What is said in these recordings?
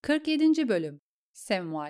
47. Bölüm Semval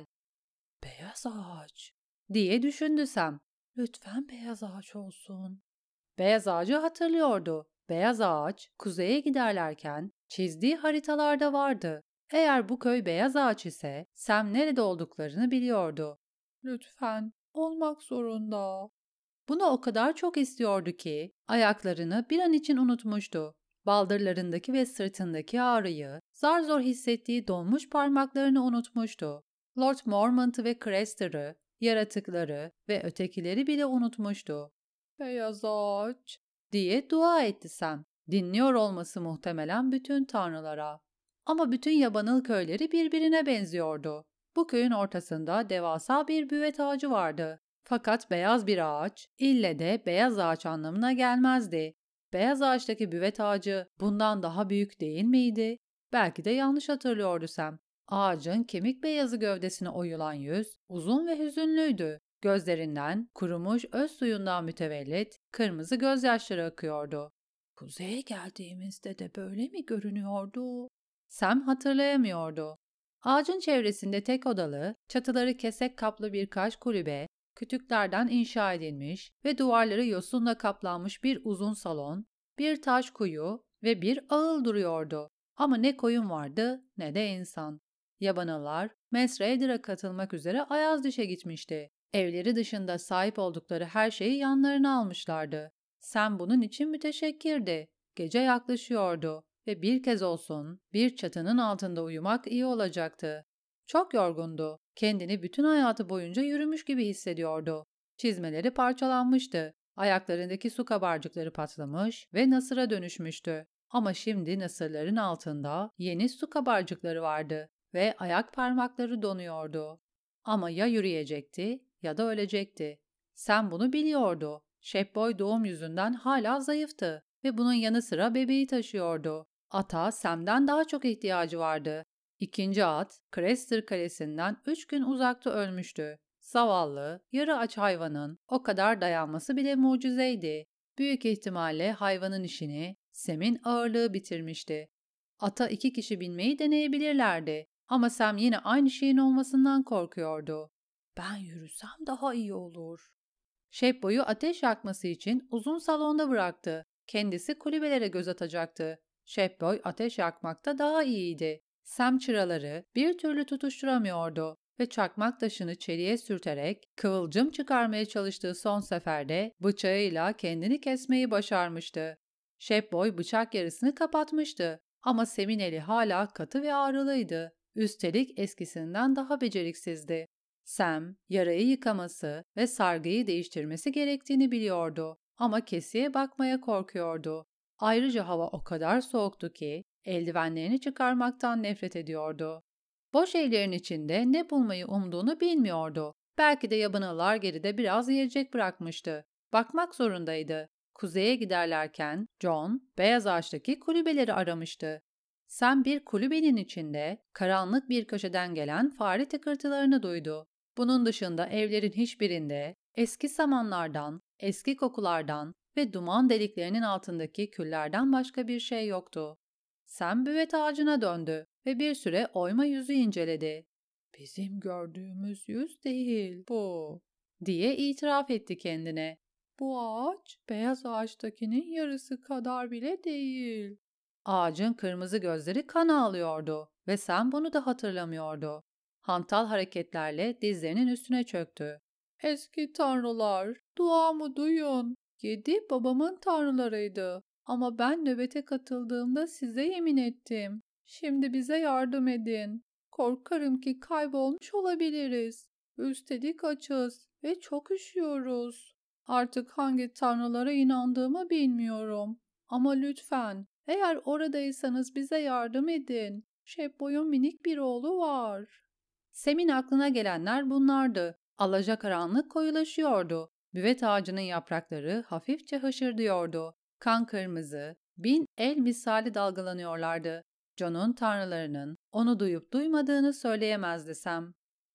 "Beyaz ağaç" diye düşündü Sam. "Lütfen beyaz ağaç olsun." Beyaz ağacı hatırlıyordu. Beyaz ağaç, kuzeye giderlerken çizdiği haritalarda vardı. Eğer bu köy beyaz ağaç ise Sam nerede olduklarını biliyordu. "Lütfen, olmak zorunda." Bunu o kadar çok istiyordu ki ayaklarını bir an için unutmuştu. Baldırlarındaki ve sırtındaki ağrıyı, zar zor hissettiği donmuş parmaklarını unutmuştu. Lord Mormont'u ve Crester'ı, yaratıkları ve ötekileri bile unutmuştu. "Beyaz ağaç" diye dua etti Sam. Dinliyor olması muhtemelen bütün tanrılara. Ama bütün yabanıl köyleri birbirine benziyordu. Bu köyün ortasında devasa bir büvet ağacı vardı. Fakat beyaz bir ağaç, ille de beyaz ağaç anlamına gelmezdi. Beyaz ağaçtaki büvet ağacı bundan daha büyük değil miydi? Belki de yanlış hatırlıyordu Sam. Ağacın kemik beyazı gövdesine oyulan yüz uzun ve hüzünlüydü. Gözlerinden kurumuş öz suyundan mütevellit kırmızı gözyaşları akıyordu. "Kuzeye geldiğimizde de böyle mi görünüyordu?" Sam hatırlayamıyordu. Ağacın çevresinde tek odalı, çatıları kesek kaplı birkaç kulübe, kütüklerden inşa edilmiş ve duvarları yosunla kaplanmış bir uzun salon, bir taş kuyu ve bir ağıl duruyordu. Ama ne koyun vardı ne de insan. Yabanalar, Mesraider'a katılmak üzere Ayazdiş'e gitmişti. Evleri dışında sahip oldukları her şeyi yanlarına almışlardı. Sam bunun için müteşekkirdi. Gece yaklaşıyordu ve bir kez olsun bir çatının altında uyumak iyi olacaktı. Çok yorgundu. Kendini bütün hayatı boyunca yürümüş gibi hissediyordu. Çizmeleri parçalanmıştı. Ayaklarındaki su kabarcıkları patlamış ve nasıra dönüşmüştü. Ama şimdi nasırların altında yeni su kabarcıkları vardı ve ayak parmakları donuyordu. Ama ya yürüyecekti ya da ölecekti. Sam bunu biliyordu. Shepboy doğum yüzünden hala zayıftı ve bunun yanı sıra bebeği taşıyordu. Ata Sam'den daha çok ihtiyacı vardı. İkinci at, Crester Kalesi'nden 3 gün uzakta ölmüştü. Zavallı, yarı aç hayvanın o kadar dayanması bile mucizeydi. Büyük ihtimalle hayvanın işini Sam'in ağırlığı bitirmişti. Ata 2 kişi binmeyi deneyebilirlerdi ama Sam yine aynı şeyin olmasından korkuyordu. "Ben yürüsem daha iyi olur." Shepboy'u ateş yakması için uzun salonda bıraktı. Kendisi kulübelere göz atacaktı. Shepboy ateş yakmakta daha iyiydi. Sam çıraları bir türlü tutuşturamıyordu ve çakmak taşını çeliğe sürterek kıvılcım çıkarmaya çalıştığı son seferde bıçağıyla kendini kesmeyi başarmıştı. Shepboy bıçak yarısını kapatmıştı ama Sam'in eli hala katı ve ağrılıydı. Üstelik eskisinden daha beceriksizdi. Sam, yarayı yıkaması ve sargıyı değiştirmesi gerektiğini biliyordu ama kesiye bakmaya korkuyordu. Ayrıca hava o kadar soğuktu ki eldivenlerini çıkarmaktan nefret ediyordu. Boş evlerin içinde ne bulmayı umduğunu bilmiyordu. Belki de yabanalar geride biraz yiyecek bırakmıştı. Bakmak zorundaydı. Kuzeye giderlerken John, beyaz ağaçtaki kulübeleri aramıştı. Sam bir kulübenin içinde karanlık bir köşeden gelen fare tıkırtılarını duydu. Bunun dışında evlerin hiçbirinde eski samanlardan, eski kokulardan ve duman deliklerinin altındaki küllerden başka bir şey yoktu. Sam büvet ağacına döndü ve bir süre oyma yüzü inceledi. "Bizim gördüğümüz yüz değil bu," diye itiraf etti kendine. "Bu ağaç beyaz ağaçtakinin yarısı kadar bile değil." Ağacın kırmızı gözleri kan ağlıyordu ve Sam bunu da hatırlamıyordu. Hantal hareketlerle dizlerinin üstüne çöktü. "Eski tanrılar, duamı duyun. 7 babamın tanrılarıydı. Ama ben nöbete katıldığımda size yemin ettim. Şimdi bize yardım edin. Korkarım ki kaybolmuş olabiliriz. Üstelik açız ve çok üşüyoruz. Artık hangi tanrılara inandığımı bilmiyorum. Ama lütfen, eğer oradaysanız bize yardım edin. Shepboy'un minik bir oğlu var." Sam'in aklına gelenler bunlardı. Alacakaranlık koyulaşıyordu. Büvet ağacının yaprakları hafifçe hışırdıyordu. Kan kırmızı, 1000 el misali dalgalanıyorlardı. John'un tanrılarının onu duyup duymadığını söyleyemezdi Sam.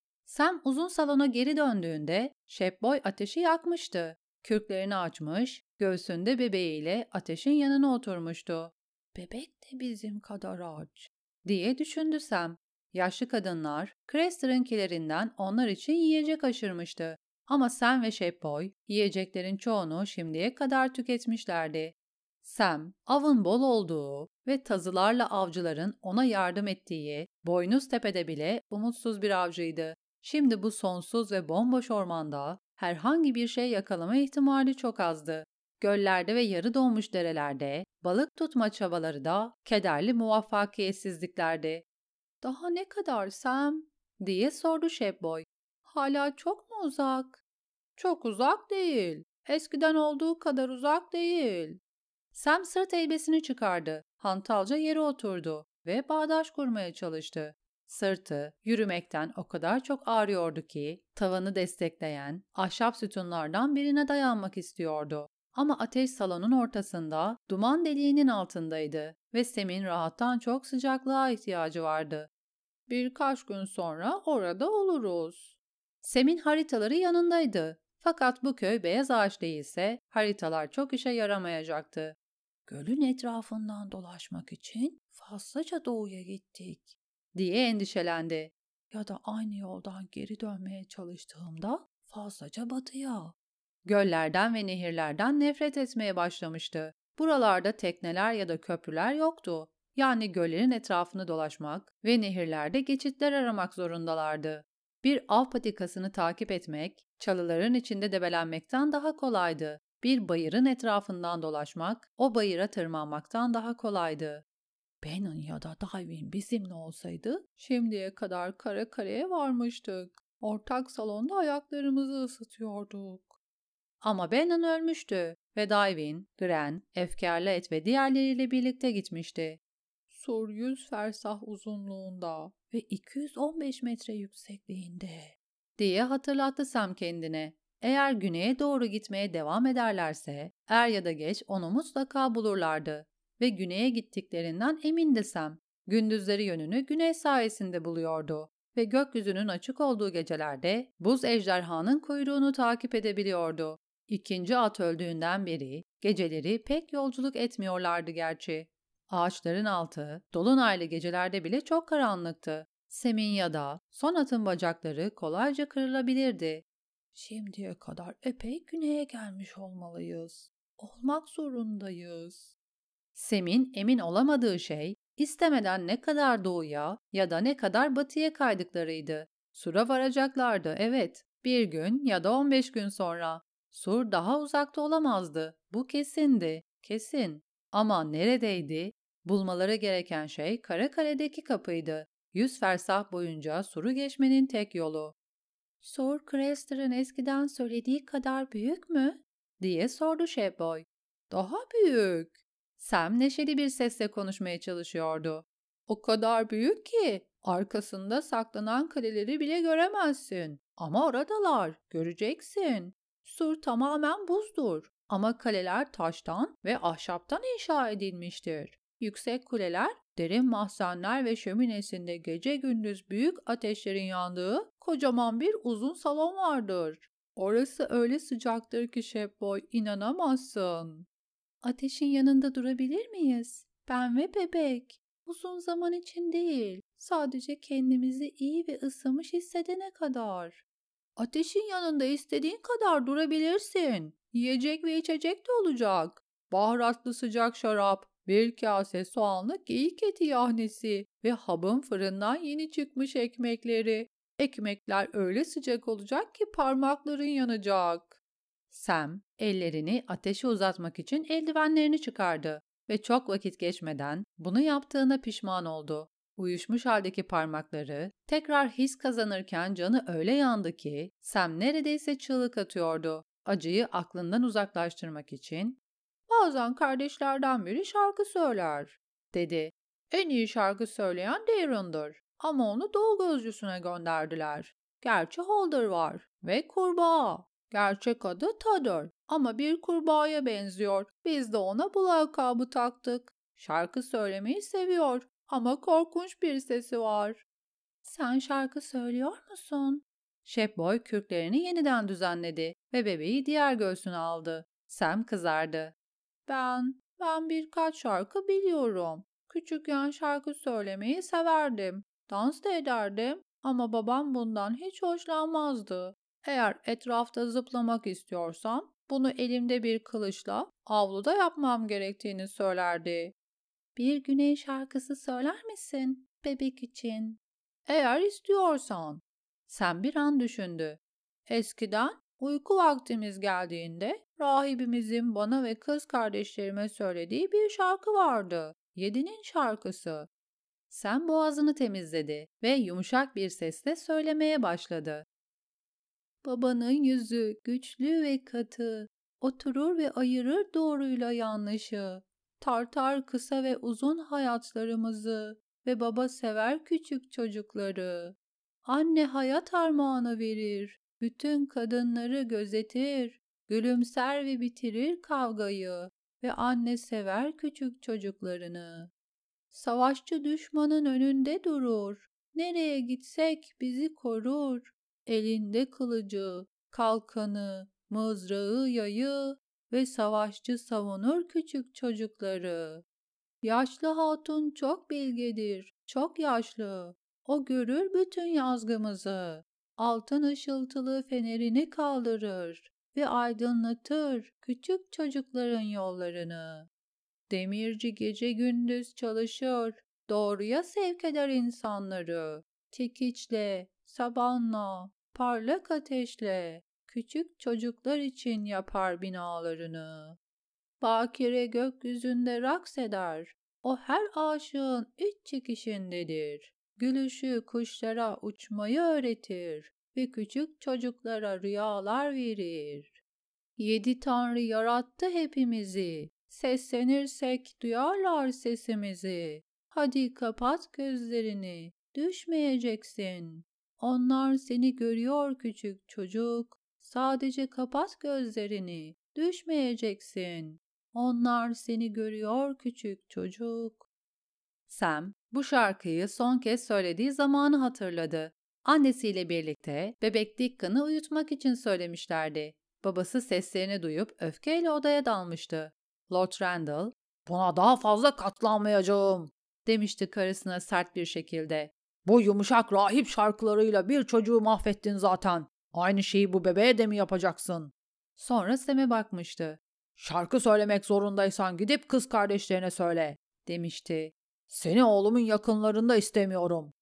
Sam uzun salona geri döndüğünde Shepboy ateşi yakmıştı. Kürklerini açmış, göğsünde bebeğiyle ateşin yanına oturmuştu. "Bebek de bizim kadar aç," diye düşündü Sam. Yaşlı kadınlar Crester'ınkilerinden onlar için yiyecek aşırmıştı. Ama Sam ve Shep-Boy yiyeceklerin çoğunu şimdiye kadar tüketmişlerdi. Sam, avın bol olduğu ve tazılarla avcıların ona yardım ettiği Boynuztepe'de bile umutsuz bir avcıydı. Şimdi bu sonsuz ve bomboş ormanda herhangi bir şey yakalama ihtimali çok azdı. Göllerde ve yarı donmuş derelerde balık tutma çabaları da kederli muvaffakiyetsizliklerdi. "Daha ne kadar Sam?" diye sordu Shep-Boy. "Hala çok mu uzak?" "Çok uzak değil. Eskiden olduğu kadar uzak değil." Sam sırt elbisini çıkardı, hantalca yere oturdu ve bağdaş kurmaya çalıştı. Sırtı, yürümekten o kadar çok ağrıyordu ki, tavanı destekleyen ahşap sütunlardan birine dayanmak istiyordu. Ama ateş salonun ortasında, duman deliğinin altındaydı ve Sam'in rahattan çok sıcaklığa ihtiyacı vardı. "Birkaç gün sonra orada oluruz." Sem'in haritaları yanındaydı. Fakat bu köy beyaz ağaç değilse haritalar çok işe yaramayacaktı. "Gölün etrafından dolaşmak için fazlaca doğuya gittik," diye endişelendi. "Ya da aynı yoldan geri dönmeye çalıştığımda fazlaca batıya." Göllerden ve nehirlerden nefret etmeye başlamıştı. Buralarda tekneler ya da köprüler yoktu. Yani göllerin etrafını dolaşmak ve nehirlerde geçitler aramak zorundalardı. Bir av patikasını takip etmek, çalıların içinde debelenmekten daha kolaydı. Bir bayırın etrafından dolaşmak, o bayıra tırmanmaktan daha kolaydı. Bannon ya da Darwin bizimle olsaydı, şimdiye kadar kare kareye varmıştık. Ortak salonda ayaklarımızı ısıtıyorduk. Ama Bannon ölmüştü ve Darwin, Gren, Efkarlı Et ve diğerleriyle birlikte gitmişti. "Sur 100 fersah uzunluğunda ve 215 metre yüksekliğinde," diye hatırlattı Sam kendine. Eğer güneye doğru gitmeye devam ederlerse er ya da geç onu mutlaka bulurlardı ve güneye gittiklerinden emindi Sam. Gündüzleri yönünü güney sayesinde buluyordu ve gökyüzünün açık olduğu gecelerde buz ejderhanın kuyruğunu takip edebiliyordu. İkinci at öldüğünden beri geceleri pek yolculuk etmiyorlardı gerçi. Ağaçların altı, dolunaylı gecelerde bile çok karanlıktı. Sem'in ya da son atın bacakları kolayca kırılabilirdi. "Şimdiye kadar epey güneye gelmiş olmalıyız. Olmak zorundayız." Sem'in emin olamadığı şey, istemeden ne kadar doğuya ya da ne kadar batıya kaydıklarıydı. Sur'a varacaklardı, evet. Bir gün ya da 15 gün sonra. Sur daha uzakta olamazdı. Bu kesindi, kesin. Ama neredeydi? Bulmaları gereken şey Karakale'deki kapıydı. 100 fersah boyunca Sur'u geçmenin tek yolu. "Sur Crester'ın eskiden söylediği kadar büyük mü?" diye sordu Shep-Boy. "Daha büyük." Sam neşeli bir sesle konuşmaya çalışıyordu. "O kadar büyük ki arkasında saklanan kaleleri bile göremezsin. Ama oradalar, göreceksin. Sur tamamen buzdur ama kaleler taştan ve ahşaptan inşa edilmiştir. Yüksek kuleler, derin mahzenler ve şöminesinde gece gündüz büyük ateşlerin yandığı kocaman bir uzun salon vardır. Orası öyle sıcaktır ki Shep-Boy, inanamazsın." "Ateşin yanında durabilir miyiz? Ben ve bebek. Uzun zaman için değil, sadece kendimizi iyi ve ısınmış hissedene kadar." "Ateşin yanında istediğin kadar durabilirsin. Yiyecek ve içecek de olacak. Baharatlı sıcak şarap, bir kase soğanlı geyik eti yahnesi ve Hab'ın fırından yeni çıkmış ekmekleri. Ekmekler öyle sıcak olacak ki parmakların yanacak." Sam, ellerini ateşe uzatmak için eldivenlerini çıkardı ve çok vakit geçmeden bunu yaptığına pişman oldu. Uyuşmuş haldeki parmakları tekrar his kazanırken canı öyle yandı ki Sam neredeyse çığlık atıyordu. Acıyı aklından uzaklaştırmak için "Bazen kardeşlerden biri şarkı söyler," dedi. "En iyi şarkı söyleyen Darren'dır ama onu Doğu Gözcüsü'ne gönderdiler. Gerçi Holder var ve kurbağa. Gerçek adı Tadder ama bir kurbağaya benziyor. Biz de ona bu lakabı taktık. Şarkı söylemeyi seviyor ama korkunç bir sesi var." "Sen şarkı söylüyor musun?" Shep-Boy kürklerini yeniden düzenledi ve bebeği diğer göğsüne aldı. Sam kızardı. Ben birkaç şarkı biliyorum. Küçükken şarkı söylemeyi severdim. Dans da ederdim ama babam bundan hiç hoşlanmazdı. Eğer etrafta zıplamak istiyorsam bunu elimde bir kılıçla avluda yapmam gerektiğini söylerdi. Bir güney şarkısı söyler misin bebek için? Eğer istiyorsan. Sen bir an düşündü. Eskiden uyku vaktimiz geldiğinde rahibimizin bana ve kız kardeşlerime söylediği bir şarkı vardı. Yedinin şarkısı. Sen boğazını temizledi ve yumuşak bir sesle söylemeye başladı. Babanın yüzü güçlü ve katı, oturur ve ayırır doğruyla yanlışı, tartar kısa ve uzun hayatlarımızı ve baba sever küçük çocukları. Anne hayat armağanı verir, bütün kadınları gözetir, gülümser ve bitirir kavgayı ve anne sever küçük çocuklarını. Savaşçı düşmanın önünde durur. Nereye gitsek bizi korur. Elinde kılıcı, kalkanı, mızrağı, yayı ve savaşçı savunur küçük çocukları. Yaşlı hatun çok bilgedir, çok yaşlı. O görür bütün yazgımızı. Altın ışıltılı fenerini kaldırır ve aydınlatır küçük çocukların yollarını. Demirci gece gündüz çalışır, doğruya sevk eder insanları. Tekiçle, sabanla, parlak ateşle, küçük çocuklar için yapar binalarını. Bakire gökyüzünde raks eder, o her aşığın iç çekişindedir. Gülüşü kuşlara uçmayı öğretir ve küçük çocuklara rüyalar verir. Yedi Tanrı yarattı hepimizi. Seslenirsek duyarlar sesimizi. Hadi kapat gözlerini, düşmeyeceksin. Onlar seni görüyor küçük çocuk. Sadece kapat gözlerini, düşmeyeceksin. Onlar seni görüyor küçük çocuk. Sam, bu şarkıyı son kez söylediği zamanı hatırladı. Annesiyle birlikte bebek Deacon'ı uyutmak için söylemişlerdi. Babası seslerini duyup öfkeyle odaya dalmıştı. Lord Randall, "Buna daha fazla katlanmayacağım," demişti karısına sert bir şekilde. "Bu yumuşak rahip şarkılarıyla bir çocuğu mahvettin zaten. Aynı şeyi bu bebeğe de mi yapacaksın?" Sonra Sam'e bakmıştı. "Şarkı söylemek zorundaysan gidip kız kardeşlerine söyle," demişti. "Seni oğlumun yakınlarında istemiyorum."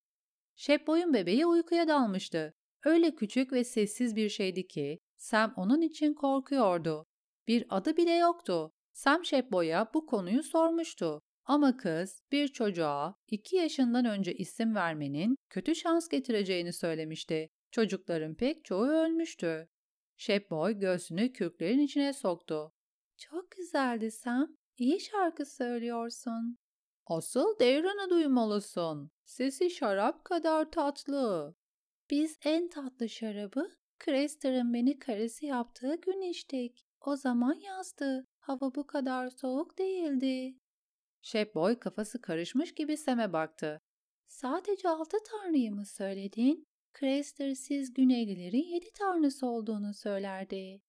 Shep bebeği uykuya dalmıştı. Öyle küçük ve sessiz bir şeydi ki Sam onun için korkuyordu. Bir adı bile yoktu. Sam Shep bu konuyu sormuştu. Ama kız bir çocuğa 2 yaşından önce isim vermenin kötü şans getireceğini söylemişti. Çocukların pek çoğu ölmüştü. Shep göğsünü kürklerin içine soktu. "Çok güzeldi Sam. İyi şarkı söylüyorsun." "Asıl Darren'ı duymalısın. Sesi şarap kadar tatlı." "Biz en tatlı şarabı Crester'ın beni karısı yaptığı gün içtik. O zaman yazdı. Hava bu kadar soğuk değildi." Shep kafası karışmış gibi Sam'e baktı. "Sadece 6 tanrıyı mı söyledin? Crester siz Güneylilerin 7 tanrısı olduğunu söylerdi."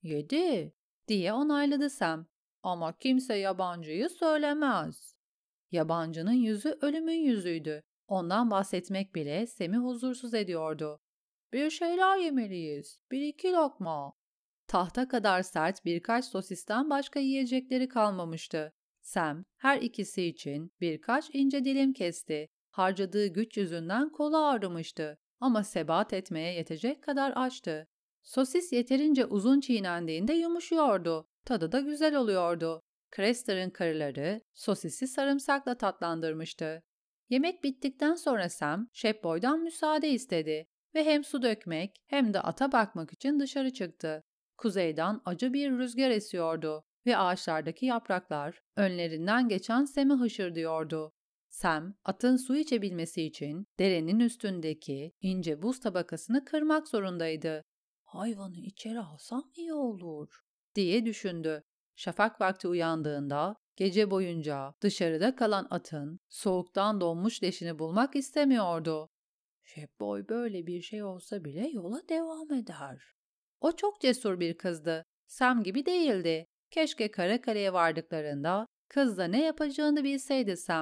"7," diye onayladı Sam. "Ama kimse yabancıyı söylemez." Yabancının yüzü ölümün yüzüydü. Ondan bahsetmek bile Sam'i huzursuz ediyordu. "Bir şeyler yemeliyiz. 1-2 lokma." Tahta kadar sert birkaç sosisten başka yiyecekleri kalmamıştı. Sam her ikisi için birkaç ince dilim kesti. Harcadığı güç yüzünden kolu ağrımıştı ama sebat etmeye yetecek kadar açtı. Sosis yeterince uzun çiğnendiğinde yumuşuyordu. Tadı da güzel oluyordu. Crester'ın karıları sosisi sarımsakla tatlandırmıştı. Yemek bittikten sonra Sam, Shep müsaade istedi ve hem su dökmek hem de ata bakmak için dışarı çıktı. Kuzeyden acı bir rüzgar esiyordu ve ağaçlardaki yapraklar önlerinden geçen Sam'i hışırdıyordu. Sam, atın su içebilmesi için derenin üstündeki ince buz tabakasını kırmak zorundaydı. "Hayvanı içeri alsam iyi olur," diye düşündü. Şafak vakti uyandığında gece boyunca dışarıda kalan atın soğuktan donmuş leşini bulmak istemiyordu. Shep böyle bir şey olsa bile yola devam eder. O çok cesur bir kızdı. Sam gibi değildi. Keşke Karakale'ye vardıklarında kız da ne yapacağını bilseydi Sam.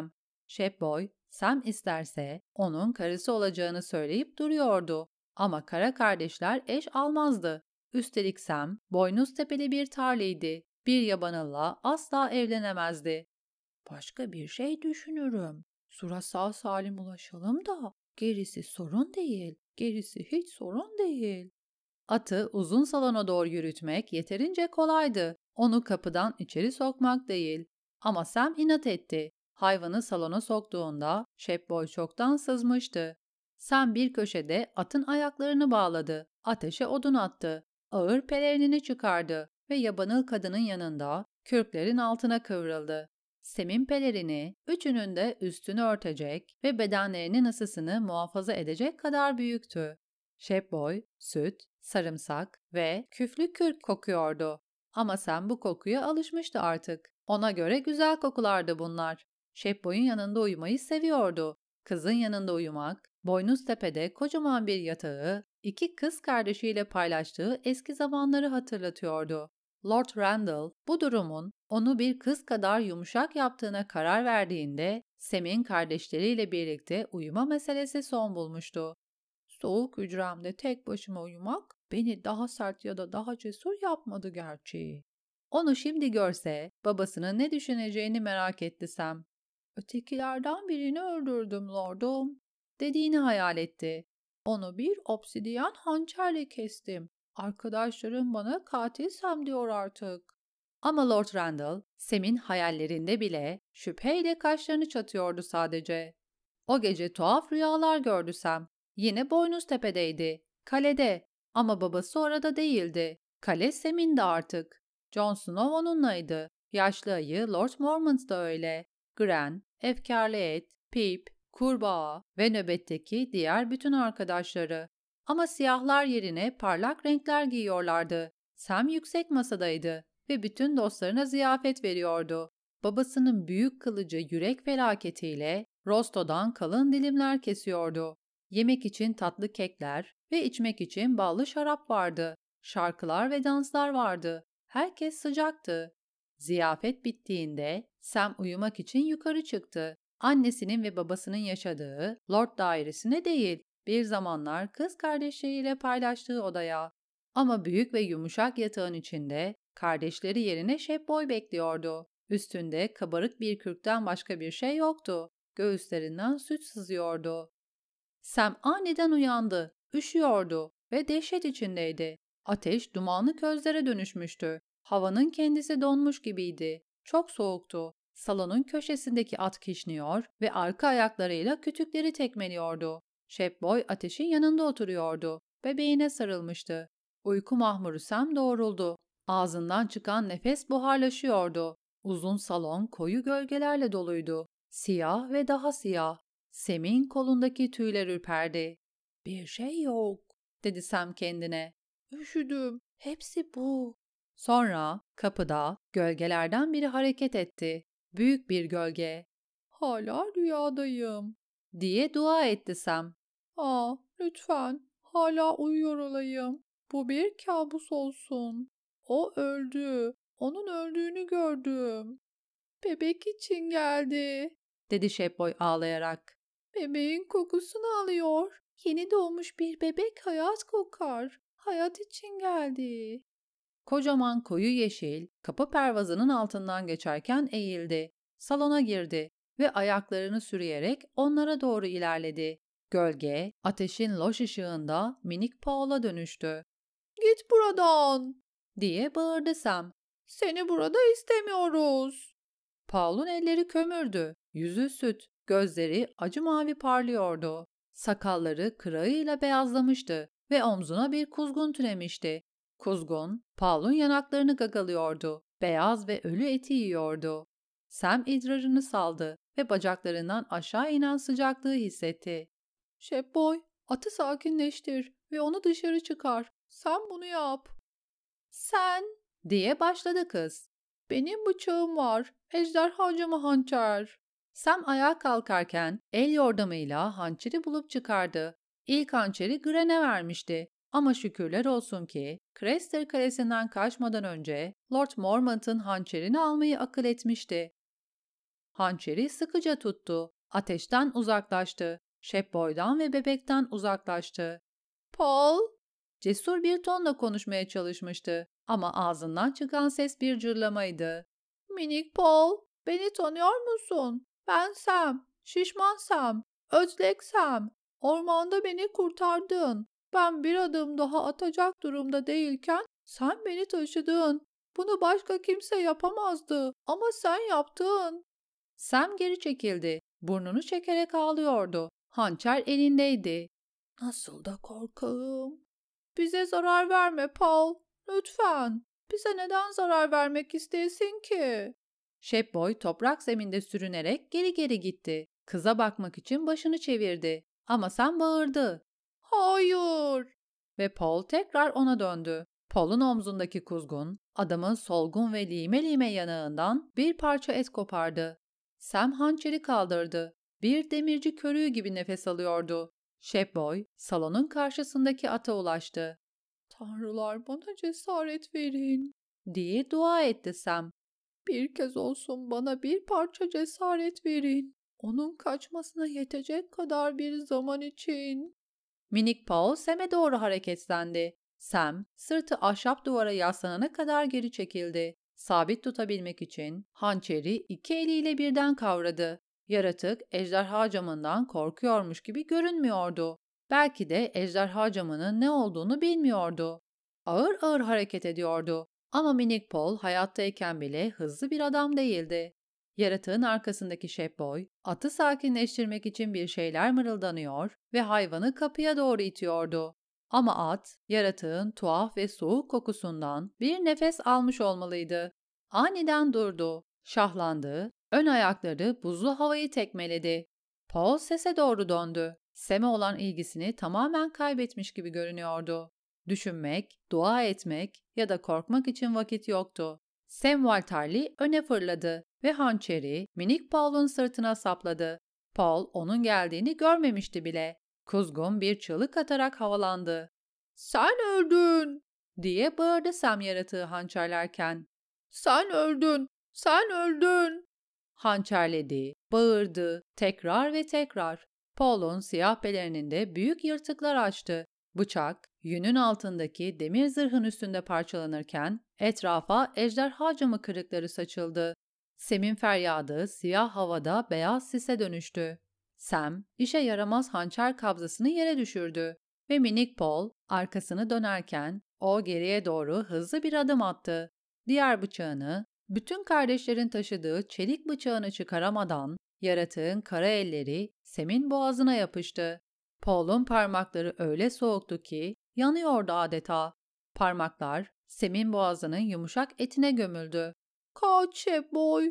Shepboy, Sam isterse onun karısı olacağını söyleyip duruyordu. Ama kara kardeşler eş almazdı. Üstelik Sam, boynuz tepeli bir tarlıydı. Bir yabanılla asla evlenemezdi. Başka bir şey düşünürüm. Sura sağ salim ulaşalım da gerisi sorun değil. Gerisi hiç sorun değil. Atı uzun salona doğru yürütmek yeterince kolaydı. Onu kapıdan içeri sokmak değil. Ama Sam inat etti. Hayvanı salona soktuğunda Shepboy çoktan sızmıştı. Sam bir köşede atın ayaklarını bağladı. Ateşe odun attı. Ağır pelerinini çıkardı ve yabanıl kadının yanında kürklerin altına kıvrıldı. Sam'in pelerini üçünün de üstünü örtecek ve bedenlerinin ısısını muhafaza edecek kadar büyüktü. Shepboy, süt, sarımsak ve küflü kürk kokuyordu. Ama Sam bu kokuya alışmıştı artık. Ona göre güzel kokulardı bunlar. Shepboy'un yanında uyumayı seviyordu. Kızın yanında uyumak, Boynuztepe'de kocaman bir yatağı, iki kız kardeşiyle paylaştığı eski zamanları hatırlatıyordu. Lord Randall bu durumun onu bir kız kadar yumuşak yaptığına karar verdiğinde Sam'in kardeşleriyle birlikte uyuma meselesi son bulmuştu. Soğuk hücremde tek başıma uyumak beni daha sert ya da daha cesur yapmadı gerçi. Onu şimdi görse babasının ne düşüneceğini merak etti Sam. Ötekilerden birini öldürdüm lordum, dediğini hayal etti. Onu bir obsidiyen hançerle kestim. Arkadaşlarım bana katil Sam diyor artık. Ama Lord Randall, Sam'in hayallerinde bile şüpheyle kaşlarını çatıyordu sadece. O gece tuhaf rüyalar gördü Sam. Yine Boynuztepe'deydi. Kalede. Ama babası orada değildi. Kale Sam'indi artık. Jon Snow onunlaydı. Yaşlı ayı Lord Mormont da öyle. Gren, efkarlı et, Pip, kurbağa ve nöbetteki diğer bütün arkadaşları. Ama siyahlar yerine parlak renkler giyiyorlardı. Sam yüksek masadaydı ve bütün dostlarına ziyafet veriyordu. Babasının büyük kılıcı yürek felaketiyle rostodan kalın dilimler kesiyordu. Yemek için tatlı kekler ve içmek için ballı şarap vardı. Şarkılar ve danslar vardı. Herkes sıcaktı. Ziyafet bittiğinde Sam uyumak için yukarı çıktı. Annesinin ve babasının yaşadığı Lord dairesine değil, bir zamanlar kız kardeşleriyle paylaştığı odaya. Ama büyük ve yumuşak yatağın içinde kardeşleri yerine Shepboy bekliyordu. Üstünde kabarık bir kürkten başka bir şey yoktu. Göğüslerinden süt sızıyordu. Sam aniden uyandı, üşüyordu ve dehşet içindeydi. Ateş dumanlı közlere dönüşmüştü. Havanın kendisi donmuş gibiydi. Çok soğuktu. Salonun köşesindeki at kişniyor ve arka ayaklarıyla kütükleri tekmeliyordu. Shepboy ateşin yanında oturuyordu. Bebeğine sarılmıştı. Uyku mahmuru Sam doğruldu. Ağzından çıkan nefes buharlaşıyordu. Uzun salon koyu gölgelerle doluydu. Siyah ve daha siyah. Sam'in kolundaki tüyler ürperdi. "Bir şey yok," dedi Sam kendine. "Üşüdüm. Hepsi bu." Sonra kapıda gölgelerden biri hareket etti. Büyük bir gölge. "Hala rüyadayım," diye dua etti Sam. Lütfen hala uyuyor olayım. Bu bir kabus olsun. O öldü. Onun öldüğünü gördüm. Bebek için geldi," dedi Shepboy ağlayarak. "Bebeğin kokusunu alıyor. Yeni doğmuş bir bebek hayat kokar. Hayat için geldi." Kocaman koyu yeşil, kapı pervazının altından geçerken eğildi. Salona girdi ve ayaklarını sürüyerek onlara doğru ilerledi. Gölge, ateşin loş ışığında minik Paul'a dönüştü. "Git buradan," diye bağırdı Sam. "Seni burada istemiyoruz." Paul'un elleri kömürdü, yüzü süt, gözleri acı mavi parlıyordu. Sakalları kırağıyla beyazlamıştı ve omzuna bir kuzgun türemişti. Kuzgun, Paul'un yanaklarını gagalıyordu, beyaz ve ölü eti yiyordu. Sam idrarını saldı ve bacaklarından aşağı inen sıcaklığı hissetti. "Shepboy, atı sakinleştir ve onu dışarı çıkar. Sen bunu yap." "Sen?" diye başladı kız. "Benim bıçağım var. Ejderhacama hançer." Sam ayağa kalkarken el yordamıyla hançeri bulup çıkardı. İlk hançeri Gren'e vermişti. Ama şükürler olsun ki Craster Kalesi'nden kaçmadan önce Lord Mormont'un hançerini almayı akıl etmişti. Hançeri sıkıca tuttu Ateşten uzaklaştı. Shep-Boy'dan ve bebekten uzaklaştı. Paul, cesur bir tonla konuşmaya çalışmıştı ama ağzından çıkan ses bir cırlamaydı. Minik Paul, beni tanıyor musun? Ben Sam, şişman Sam, ödlek Sam. Ormanda beni kurtardın. Ben bir adım daha atacak durumda değilken sen beni taşıdın. Bunu başka kimse yapamazdı ama sen yaptın. Sam geri çekildi. Burnunu çekerek ağlıyordu. Hançer elindeydi. Nasıl da korkağım. Bize zarar verme Paul. Lütfen. Bize neden zarar vermek isteyesin ki? Shep-Boy toprak zeminde sürünerek geri geri gitti. Kıza bakmak için başını çevirdi. Ama Sam bağırdı. Hayır. Ve Paul tekrar ona döndü. Paul'un omzundaki kuzgun, adamın solgun ve lime lime yanağından bir parça et kopardı. Sam hançeri kaldırdı. Bir demirci körüğü gibi nefes alıyordu. Shep-Boy salonun karşısındaki ata ulaştı. Tanrılar bana cesaret verin diye dua etti Sam. Bir kez olsun bana bir parça cesaret verin. Onun kaçmasına yetecek kadar bir zaman için. Minik Paul Sam'e doğru hareketlendi. Sam, sırtı ahşap duvara yaslanana kadar geri çekildi. Sabit tutabilmek için hançeri iki eliyle birden kavradı. Yaratık ejderha camından korkuyormuş gibi görünmüyordu. Belki de ejderha camının ne olduğunu bilmiyordu. Ağır ağır hareket ediyordu. Ama minik Paul hayattayken bile hızlı bir adam değildi. Yaratığın arkasındaki Shep-Boy, atı sakinleştirmek için bir şeyler mırıldanıyor ve hayvanı kapıya doğru itiyordu. Ama at, yaratığın tuhaf ve soğuk kokusundan bir nefes almış olmalıydı. Aniden durdu, şahlandı, ön ayakları buzlu havayı tekmeledi. Paul sese doğru döndü. Sam'e olan ilgisini tamamen kaybetmiş gibi görünüyordu. Düşünmek, dua etmek ya da korkmak için vakit yoktu. Sam Walterly öne fırladı ve hançeri minik Paul'un sırtına sapladı. Paul onun geldiğini görmemişti bile. Kuzgun bir çığlık atarak havalandı. "Sen öldün!" diye bağırdı Sam yaratığı hançerlerken. "Sen öldün! Sen öldün!" Hançerledi, bağırdı, tekrar ve tekrar. Paul'un siyah pelerinde büyük yırtıklar açtı. Bıçak, yünün altındaki demir zırhın üstünde parçalanırken etrafa ejderha camı kırıkları saçıldı. Sam'in feryadı siyah havada beyaz sise dönüştü. Sam, işe yaramaz hançer kabzasını yere düşürdü ve minik Paul arkasını dönerken o geriye doğru hızlı bir adım attı. Diğer bıçağını, bütün kardeşlerin taşıdığı çelik bıçağını çıkaramadan yaratığın kara elleri Sam'in boğazına yapıştı. Paul'un parmakları öyle soğuktu ki yanıyordu adeta. Parmaklar Sam'in boğazının yumuşak etine gömüldü. "Kaç Shep-Boy,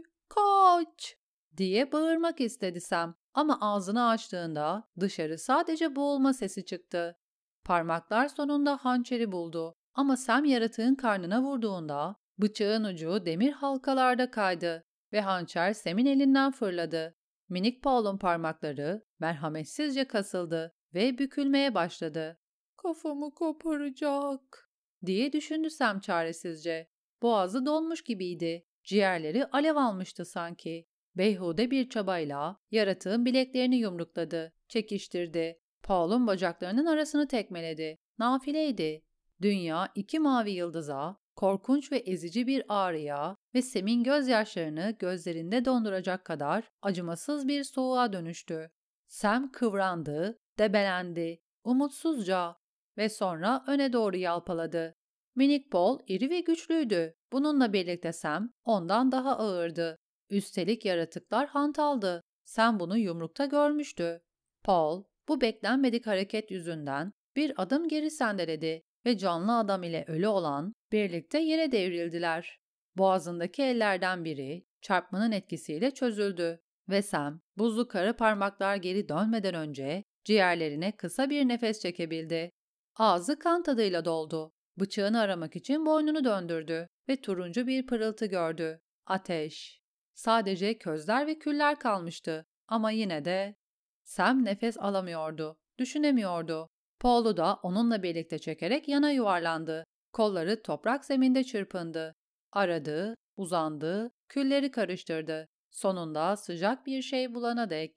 kaç!" diye bağırmak istedi Sam ama ağzını açtığında dışarı sadece boğulma sesi çıktı. Parmaklar sonunda hançeri buldu ama Sam yaratığın karnına vurduğunda bıçağın ucu demir halkalarda kaydı ve hançer Sam'in elinden fırladı. Minik Paul'un parmakları merhametsizce kasıldı ve bükülmeye başladı. "Kafamı koparacak," diye düşündü Sam çaresizce. Boğazı donmuş gibiydi. Ciğerleri alev almıştı sanki. Beyhude bir çabayla yaratığın bileklerini yumrukladı, çekiştirdi. Paul'un bacaklarının arasını tekmeledi. Nafileydi. Dünya iki mavi yıldıza, korkunç ve ezici bir ağrıya ve Sam'in gözyaşlarını gözlerinde donduracak kadar acımasız bir soğuğa dönüştü. Sam kıvrandı, debelendi, umutsuzca ve sonra öne doğru yalpaladı. Minik Paul iri ve güçlüydü. Bununla birlikte Sam ondan daha ağırdı. Üstelik yaratıklar hantaldı. Sam bunu yumrukta görmüştü. Paul, bu beklenmedik hareket yüzünden bir adım geri sendeledi ve canlı adam ile ölü olan birlikte yere devrildiler. Boğazındaki ellerden biri çarpmanın etkisiyle çözüldü ve Sam, buzlu kara parmaklar geri dönmeden önce ciğerlerine kısa bir nefes çekebildi. Ağzı kan tadıyla doldu. Bıçağını aramak için boynunu döndürdü ve turuncu bir pırıltı gördü. Ateş. Sadece közler ve küller kalmıştı ama yine de Sam nefes alamıyordu, düşünemiyordu. Paul'u da onunla birlikte çekerek yana yuvarlandı. Kolları toprak zeminde çırpındı. Aradı, uzandı, külleri karıştırdı. Sonunda sıcak bir şey bulana dek.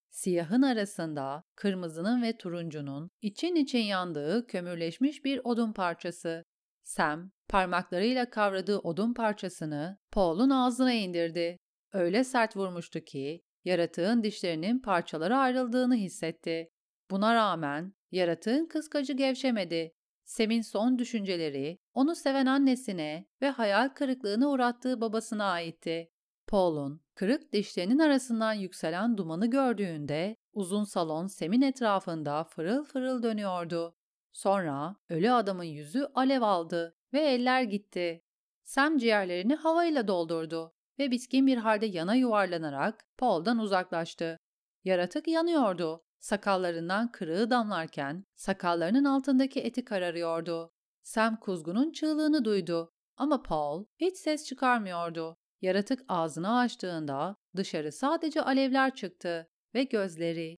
Siyahın arasında kırmızının ve turuncunun için için yandığı kömürleşmiş bir odun parçası. Sam, parmaklarıyla kavradığı odun parçasını Paul'un ağzına indirdi. Öyle sert vurmuştu ki yaratığın dişlerinin parçalara ayrıldığını hissetti. Buna rağmen yaratığın kıskacı gevşemedi. Sam'in son düşünceleri onu seven annesine ve hayal kırıklığına uğrattığı babasına aitti. Paul'un kırık dişlerinin arasından yükselen dumanı gördüğünde uzun salon Sam'in etrafında fırıl fırıl dönüyordu. Sonra ölü adamın yüzü alev aldı ve eller gitti. Sam ciğerlerini havayla doldurdu ve bitkin bir halde yana yuvarlanarak Paul'dan uzaklaştı. Yaratık yanıyordu. Sakallarından kırığı damlarken sakallarının altındaki eti kararıyordu. Sam kuzgunun çığlığını duydu ama Paul hiç ses çıkarmıyordu. Yaratık ağzını açtığında dışarı sadece alevler çıktı ve gözleri.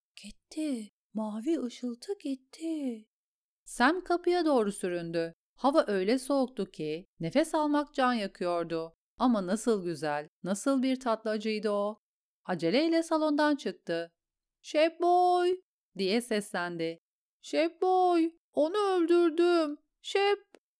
Gitti, mavi ışıltı gitti. Sam kapıya doğru süründü. Hava öyle soğuktu ki nefes almak can yakıyordu. Ama nasıl güzel, nasıl bir tatlı acıydı o. Aceleyle salondan çıktı. "Şef boy!" diye seslendi. "Şef boy, onu öldürdüm. Şef!"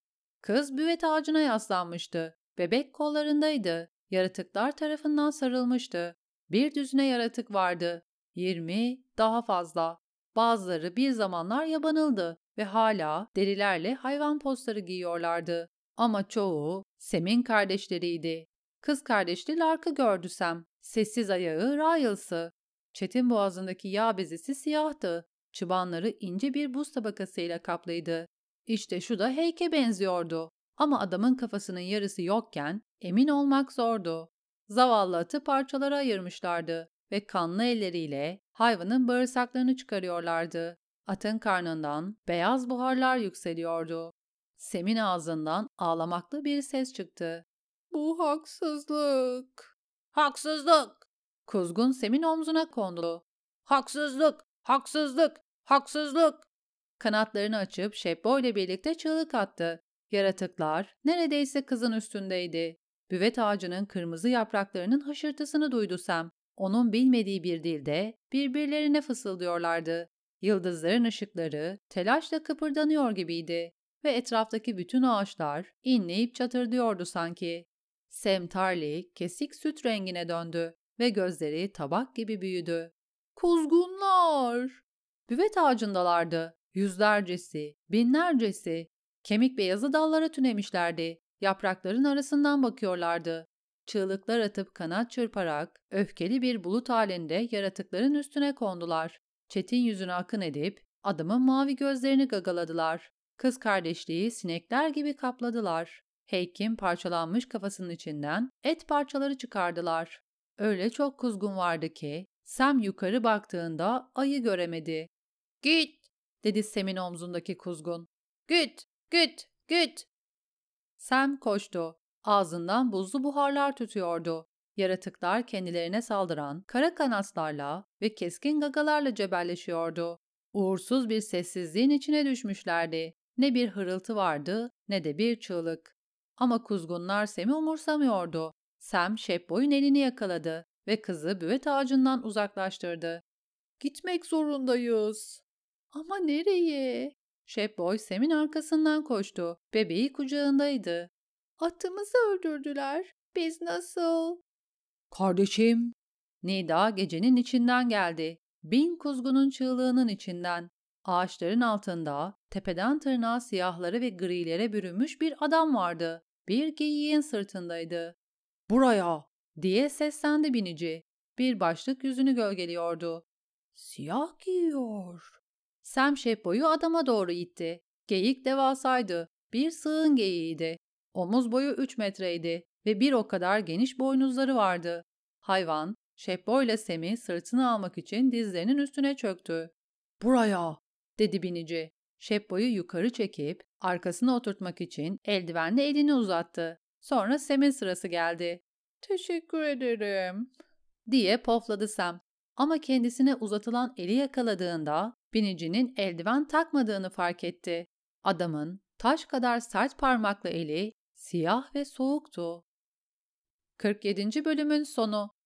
Kız büvet ağacına yaslanmıştı. Bebek kollarındaydı. Yaratıklar tarafından sarılmıştı. Bir düzine yaratık vardı. 20, daha fazla. Bazıları bir zamanlar yabanıldı ve hala derilerle hayvan postları giyiyorlardı. Ama çoğu Sam'in kardeşleriydi. Kız kardeşli Lark'ı gördü Sam. Sessiz ayağı Ryles'ı. Çetin boğazındaki yağ bezesi siyahtı. Çıbanları ince bir buz tabakasıyla kaplıydı. İşte şu da Hake'e benziyordu. Ama adamın kafasının yarısı yokken emin olmak zordu. Zavallı atı parçalara ayırmışlardı ve kanlı elleriyle hayvanın bağırsaklarını çıkarıyorlardı. Atın karnından beyaz buharlar yükseliyordu. Sam'in ağzından ağlamaklı bir ses çıktı. "Bu haksızlık." "Haksızlık!" Kuzgun Sam'in omzuna kondu. "Haksızlık! Haksızlık! Haksızlık!" Kanatlarını açıp Şebbo ile birlikte çığlık attı. Yaratıklar neredeyse kızın üstündeydi. Büvet ağacının kırmızı yapraklarının hışırtısını duydu Sam. Onun bilmediği bir dilde birbirlerine fısıldıyorlardı. Yıldızların ışıkları telaşla kıpırdanıyor gibiydi ve etraftaki bütün ağaçlar inleyip çatırdıyordu sanki. Sam Tarly kesik süt rengine döndü ve gözleri tabak gibi büyüdü. "Kuzgunlar!" Büvet ağacındalardı. Yüzlercesi, binlercesi. Kemik beyazı dallara tünemişlerdi. Yaprakların arasından bakıyorlardı. Çığlıklar atıp kanat çırparak öfkeli bir bulut halinde yaratıkların üstüne kondular. Çetin yüzüne akın edip adamın mavi gözlerini gagaladılar. Kız kardeşliği sinekler gibi kapladılar. Hake'in parçalanmış kafasının içinden et parçaları çıkardılar. Öyle çok kuzgun vardı ki Sam yukarı baktığında ayı göremedi. "Git!" dedi Sam'in omzundaki kuzgun. "Git! Git! Git!" Sam koştu. Ağzından buzlu buharlar tütüyordu. Yaratıklar kendilerine saldıran kara kanatlarla ve keskin gagalarla cebelleşiyordu. Uğursuz bir sessizliğin içine düşmüşlerdi. Ne bir hırıltı vardı ne de bir çığlık. Ama kuzgunlar Sam'i umursamıyordu. Sam Shepboy'un elini yakaladı ve kızı büvet ağacından uzaklaştırdı. "Gitmek zorundayız." "Ama nereye?" Shepboy Sam'in arkasından koştu. Bebeği kucağındaydı. "Atımızı öldürdüler. Biz nasıl?" "Kardeşim!" Nida gecenin içinden geldi. Bin kuzgunun çığlığının içinden. Ağaçların altında tepeden tırnağa siyahlara ve grilere bürünmüş bir adam vardı. Bir geyiğin sırtındaydı. "Buraya!" diye seslendi binici. Bir başlık yüzünü gölgeliyordu. "Siyah giyiyor." Sam Shepboy'u adama doğru itti. Geyik devasaydı. Bir sığın geyiğiydi. Omuz boyu 3 metreydi ve bir o kadar geniş boynuzları vardı. Hayvan, Shepboy ile Sam'i sırtına almak için dizlerinin üstüne çöktü. "Buraya!" dedi binici. Shepboy'u yukarı çekip arkasına oturtmak için eldivenle elini uzattı. Sonra Sam'in sırası geldi. "Teşekkür ederim," diye pofladı Sam. Ama kendisine uzatılan eli yakaladığında binicinin eldiven takmadığını fark etti. Adamın taş kadar sert parmaklı eli siyah ve soğuktu. 47. bölümün sonu.